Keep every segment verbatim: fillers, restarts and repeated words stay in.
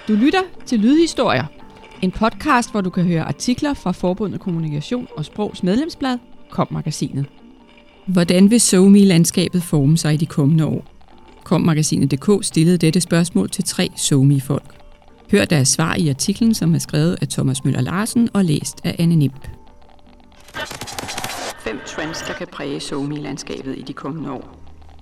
Du lytter til Lydhistorier, en podcast, hvor du kan høre artikler fra Forbundet Kommunikation og Sprogs medlemsblad, Kom-magasinet. Hvordan vil SoMe-landskabet forme sig i de kommende år? Kom-magasinet punktum d k stillede dette spørgsmål til tre SoMe-folk. Hør deres svar i artiklen, som er skrevet af Thomas Møller Larsen og læst af Anne Nimp. Fem trends, der kan præge SoMe-landskabet i de kommende år.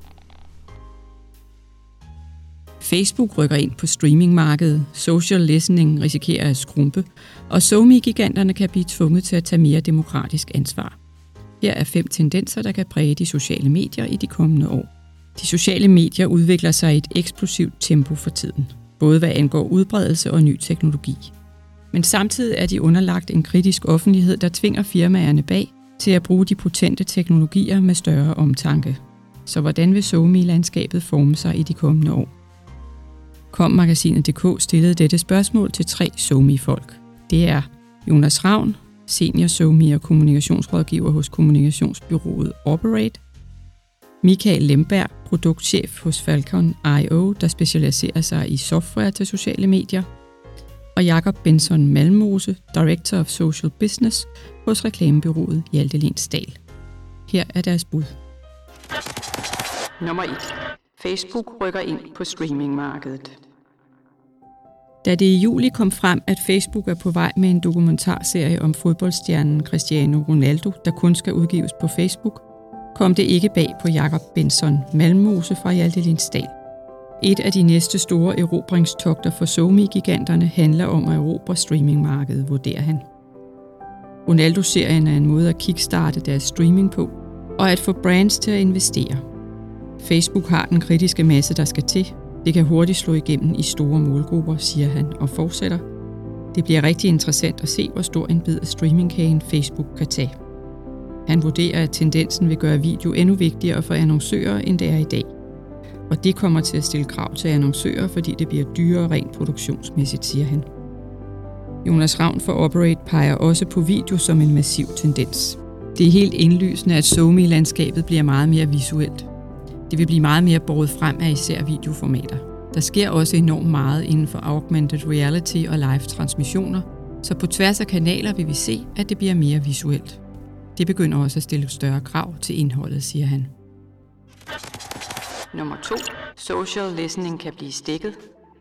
Facebook rykker ind på streamingmarkedet, social listening risikerer at skrumpe, og SoMe-giganterne kan blive tvunget til at tage mere demokratisk ansvar. Her er fem tendenser, der kan præge de sociale medier i de kommende år. De sociale medier udvikler sig i et eksplosivt tempo for tiden, både hvad angår udbredelse og ny teknologi. Men samtidig er de underlagt en kritisk offentlighed, der tvinger firmaerne bag til at bruge de potente teknologier med større omtanke. Så hvordan vil SoMe-landskabet forme sig i de kommende år? Kom-magasinet punktum d k stillede dette spørgsmål til tre SoMe-folk. Det er Jonas Ravn, senior SoMe og kommunikationsrådgiver hos kommunikationsbyrået Operate, Michael Lemberg, produktchef hos Falcon punktum i o, der specialiserer sig i software til sociale medier, og Jakob Benson Malmose, Director of Social Business hos reklamebyrået Hjalte Lensdal. Her er deres bud. Nummer et. Facebook rykker ind på streamingmarkedet. Da det i juli kom frem, at Facebook er på vej med en dokumentarserie om fodboldstjernen Cristiano Ronaldo, der kun skal udgives på Facebook, kom det ikke bag på Jakob Benson Malmose fra Hjalte Lensdal. Et af de næste store erobringstogter for SoMe-giganterne handler om at erobre streamingmarkedet, vurderer han. Ronaldo-serien er en måde at kickstarte deres streaming på, og at få brands til at investere. Facebook har den kritiske masse, der skal til. Det kan hurtigt slå igennem i store målgrupper, siger han og fortsætter. Det bliver rigtig interessant at se, hvor stor en bid af streamingkagen Facebook kan tage. Han vurderer, at tendensen vil gøre video endnu vigtigere for annoncører, end det er i dag. Og det kommer til at stille krav til annoncører, fordi det bliver dyrere rent produktionsmæssigt, siger han. Jonas Ravn for Operate peger også på video som en massiv tendens. Det er helt indlysende, at SoMe-landskabet bliver meget mere visuelt. Det vil blive meget mere båret frem af især videoformater. Der sker også enormt meget inden for augmented reality og live-transmissioner, så på tværs af kanaler vil vi se, at det bliver mere visuelt. Det begynder også at stille større krav til indholdet, siger han. Nummer to. Social listening kan blive stikket.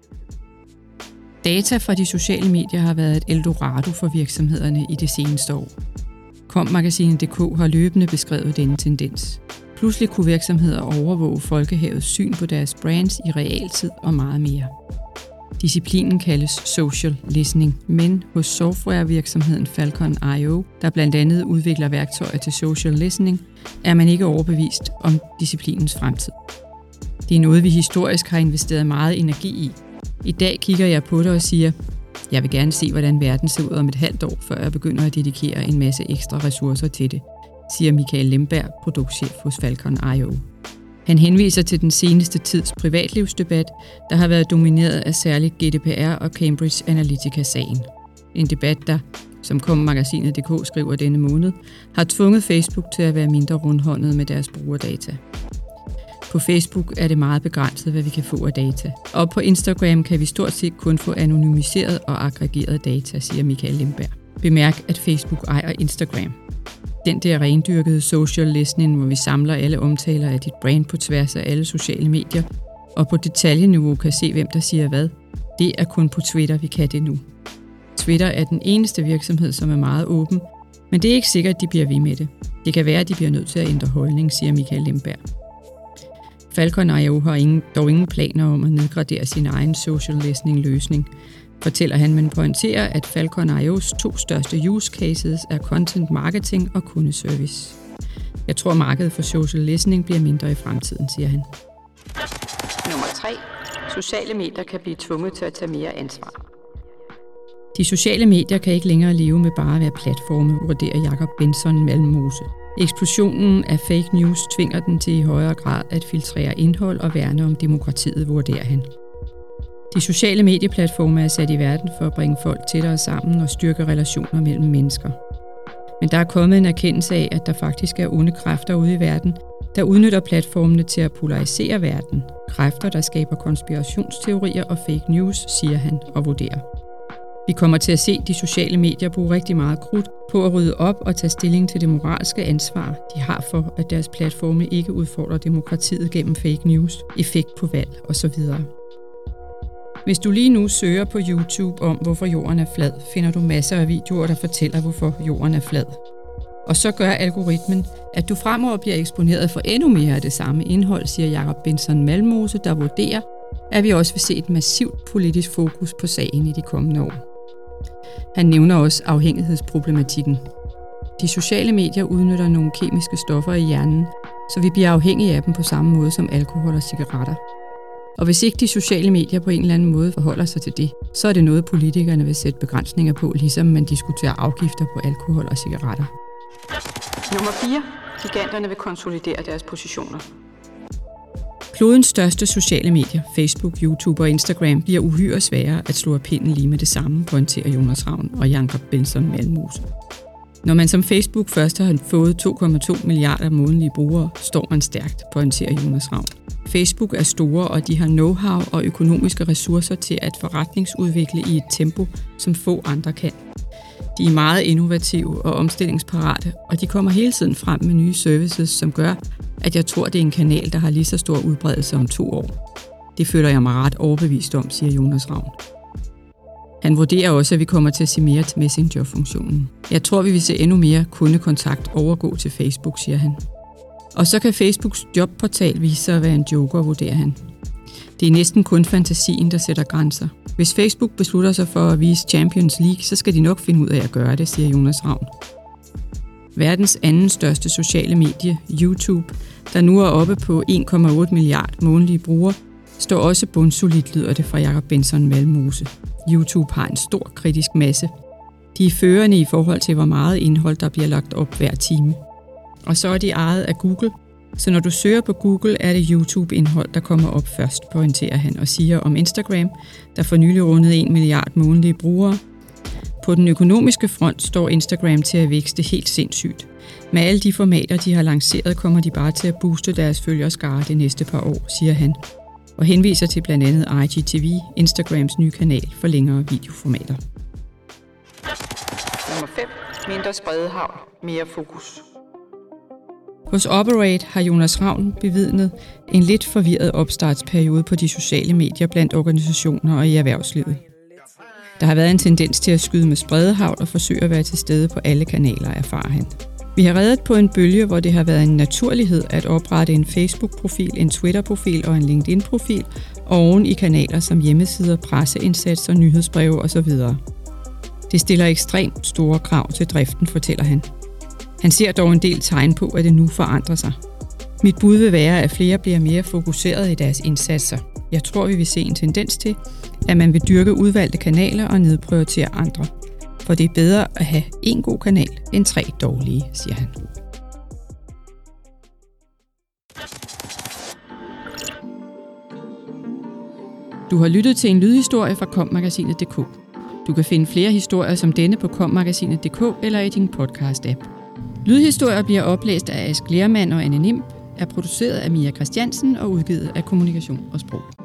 Data fra de sociale medier har været et eldorado for virksomhederne i det seneste år. Kom-magasinet punktum d k har løbende beskrevet denne tendens. Pludselig kunne virksomheder overvåge folkehavets syn på deres brands i realtid og meget mere. Disciplinen kaldes social listening, men hos softwarevirksomheden Falcon punktum i o, der blandt andet udvikler værktøjer til social listening, er man ikke overbevist om disciplinens fremtid. Det er noget, vi historisk har investeret meget energi i. I dag kigger jeg på det og siger, jeg vil gerne se, hvordan verden ser ud om et halvt år, før jeg begynder at dedikere en masse ekstra ressourcer til det, siger Michael Lemberg, produktchef hos Falcon punktum i o. Han henviser til den seneste tids privatlivsdebat, der har været domineret af særligt G D P R og Cambridge Analytica-sagen. En debat, der, som Kom-magasinet punktum d k skriver denne måned, har tvunget Facebook til at være mindre rundhåndet med deres brugerdata. På Facebook er det meget begrænset, hvad vi kan få af data. Og på Instagram kan vi stort set kun få anonymiseret og aggregeret data, siger Michael Lemberg. Bemærk, at Facebook ejer Instagram. Den der rendyrkede social listening, hvor vi samler alle omtaler af dit brand på tværs af alle sociale medier, og på detaljeniveau kan se, hvem der siger hvad. Det er kun på Twitter, vi kan det nu. Twitter er den eneste virksomhed, som er meget åben, men det er ikke sikkert, at de bliver ved med det. Det kan være, at de bliver nødt til at ændre holdning, siger Michael Lemberg. Falcon punktum i o har ingen, dog ingen planer om at nedgradere sin egen social listening-løsning, fortæller han, men pointerer, at Falcon punktum i os to største use cases er content marketing og kundeservice. Jeg tror, markedet for social listening bliver mindre i fremtiden, siger han. Nummer tre. Sociale medier kan blive tvunget til at tage mere ansvar. De sociale medier kan ikke længere leve med bare at være platforme, vurderer Jakob Benson Malmose. Eksplosionen af fake news tvinger den til i højere grad at filtrere indhold og værne om demokratiet, vurderer han. De sociale medieplatforme er sat i verden for at bringe folk tættere sammen og styrke relationer mellem mennesker. Men der er kommet en erkendelse af, at der faktisk er onde kræfter ude i verden, der udnytter platformene til at polarisere verden. Kræfter, der skaber konspirationsteorier og fake news, siger han og vurderer. Vi kommer til at se de sociale medier bruge rigtig meget krudt på at rydde op og tage stilling til det moralske ansvar, de har for, at deres platforme ikke udfordrer demokratiet gennem fake news, effekt på valg osv. Hvis du lige nu søger på YouTube om, hvorfor jorden er flad, finder du masser af videoer, der fortæller, hvorfor jorden er flad. Og så gør algoritmen, at du fremover bliver eksponeret for endnu mere af det samme indhold, siger Jacob Benson Malmose, der vurderer, at vi også vil se et massivt politisk fokus på sagen i de kommende år. Han nævner også afhængighedsproblematikken. De sociale medier udnytter nogle kemiske stoffer i hjernen, så vi bliver afhængige af dem på samme måde som alkohol og cigaretter. Og hvis ikke de sociale medier på en eller anden måde forholder sig til det, så er det noget, politikerne vil sætte begrænsninger på, ligesom man diskuterer afgifter på alkohol og cigaretter. Nummer fire. Giganterne vil konsolidere deres positioner. Klodens største sociale medier, Facebook, YouTube og Instagram, bliver uhyre svære at slå af pinden lige med det samme, pointerer Jonas Ravn og Jacob Benson Malmose. Når man som Facebook først har fået to komma to milliarder månedlige brugere, står man stærkt, pointerer Jonas Ravn. Facebook er store, og de har know-how og økonomiske ressourcer til at forretningsudvikle i et tempo, som få andre kan. De er meget innovative og omstillingsparate, og de kommer hele tiden frem med nye services, som gør, at jeg tror, det er en kanal, der har lige så stor udbredelse om to år. Det føler jeg mig ret overbevist om, siger Jonas Ravn. Han vurderer også, at vi kommer til at se mere til Messenger-funktionen. Jeg tror, vi vil se endnu mere kundekontakt overgå til Facebook, siger han. Og så kan Facebooks jobportal vise sig at være en joker, vurderer han. Det er næsten kun fantasien, der sætter grænser. Hvis Facebook beslutter sig for at vise Champions League, så skal de nok finde ud af at gøre det, siger Jonas Ravn. Verdens anden største sociale medie, YouTube, der nu er oppe på en komma otte milliarder månedlige brugere, står også bundsolidt, lyder det fra Jacob Benson Malmose. YouTube har en stor kritisk masse. De er førende i forhold til, hvor meget indhold, der bliver lagt op hver time. Og så er de ejet af Google, så når du søger på Google, er det YouTube-indhold, der kommer op først, pointerer han og siger om Instagram, der for nylig rundede en milliard månedlige brugere. På den økonomiske front står Instagram til at vækste helt sindssygt. Med alle de formater, de har lanceret, kommer de bare til at booste deres følgerskare det næste par år, siger han, og henviser til blandt andet I G T V, Instagrams nye kanal for længere videoformater. Nummer fem. Mindre spredehagl, mere fokus. Hos Operate har Jonas Ravn bevidnet en lidt forvirret opstartsperiode på de sociale medier blandt organisationer og i erhvervslivet. Der har været en tendens til at skyde med spredehagl og forsøge at være til stede på alle kanaler, erfarer han. Vi har reddet på en bølge, hvor det har været en naturlighed at oprette en Facebook-profil, en Twitter-profil og en LinkedIn-profil oven i kanaler som hjemmesider, presseindsatser, nyhedsbreve osv. Det stiller ekstremt store krav til driften, fortæller han. Han ser dog en del tegn på, at det nu forandrer sig. Mit bud vil være, at flere bliver mere fokuseret i deres indsatser. Jeg tror, vi vil se en tendens til, at man vil dyrke udvalgte kanaler og nedprioritere andre. For det er bedre at have en god kanal end tre dårlige, siger han. Du har lyttet til en lydhistorie fra kommagasinet punktum d k. Du kan finde flere historier som denne på kommagasinet punktum d k eller i din podcast-app. Lydhistorier bliver oplæst af Ask Lermand og Anne Nim, er produceret af Mia Christiansen og udgivet af Kommunikation og Sprog.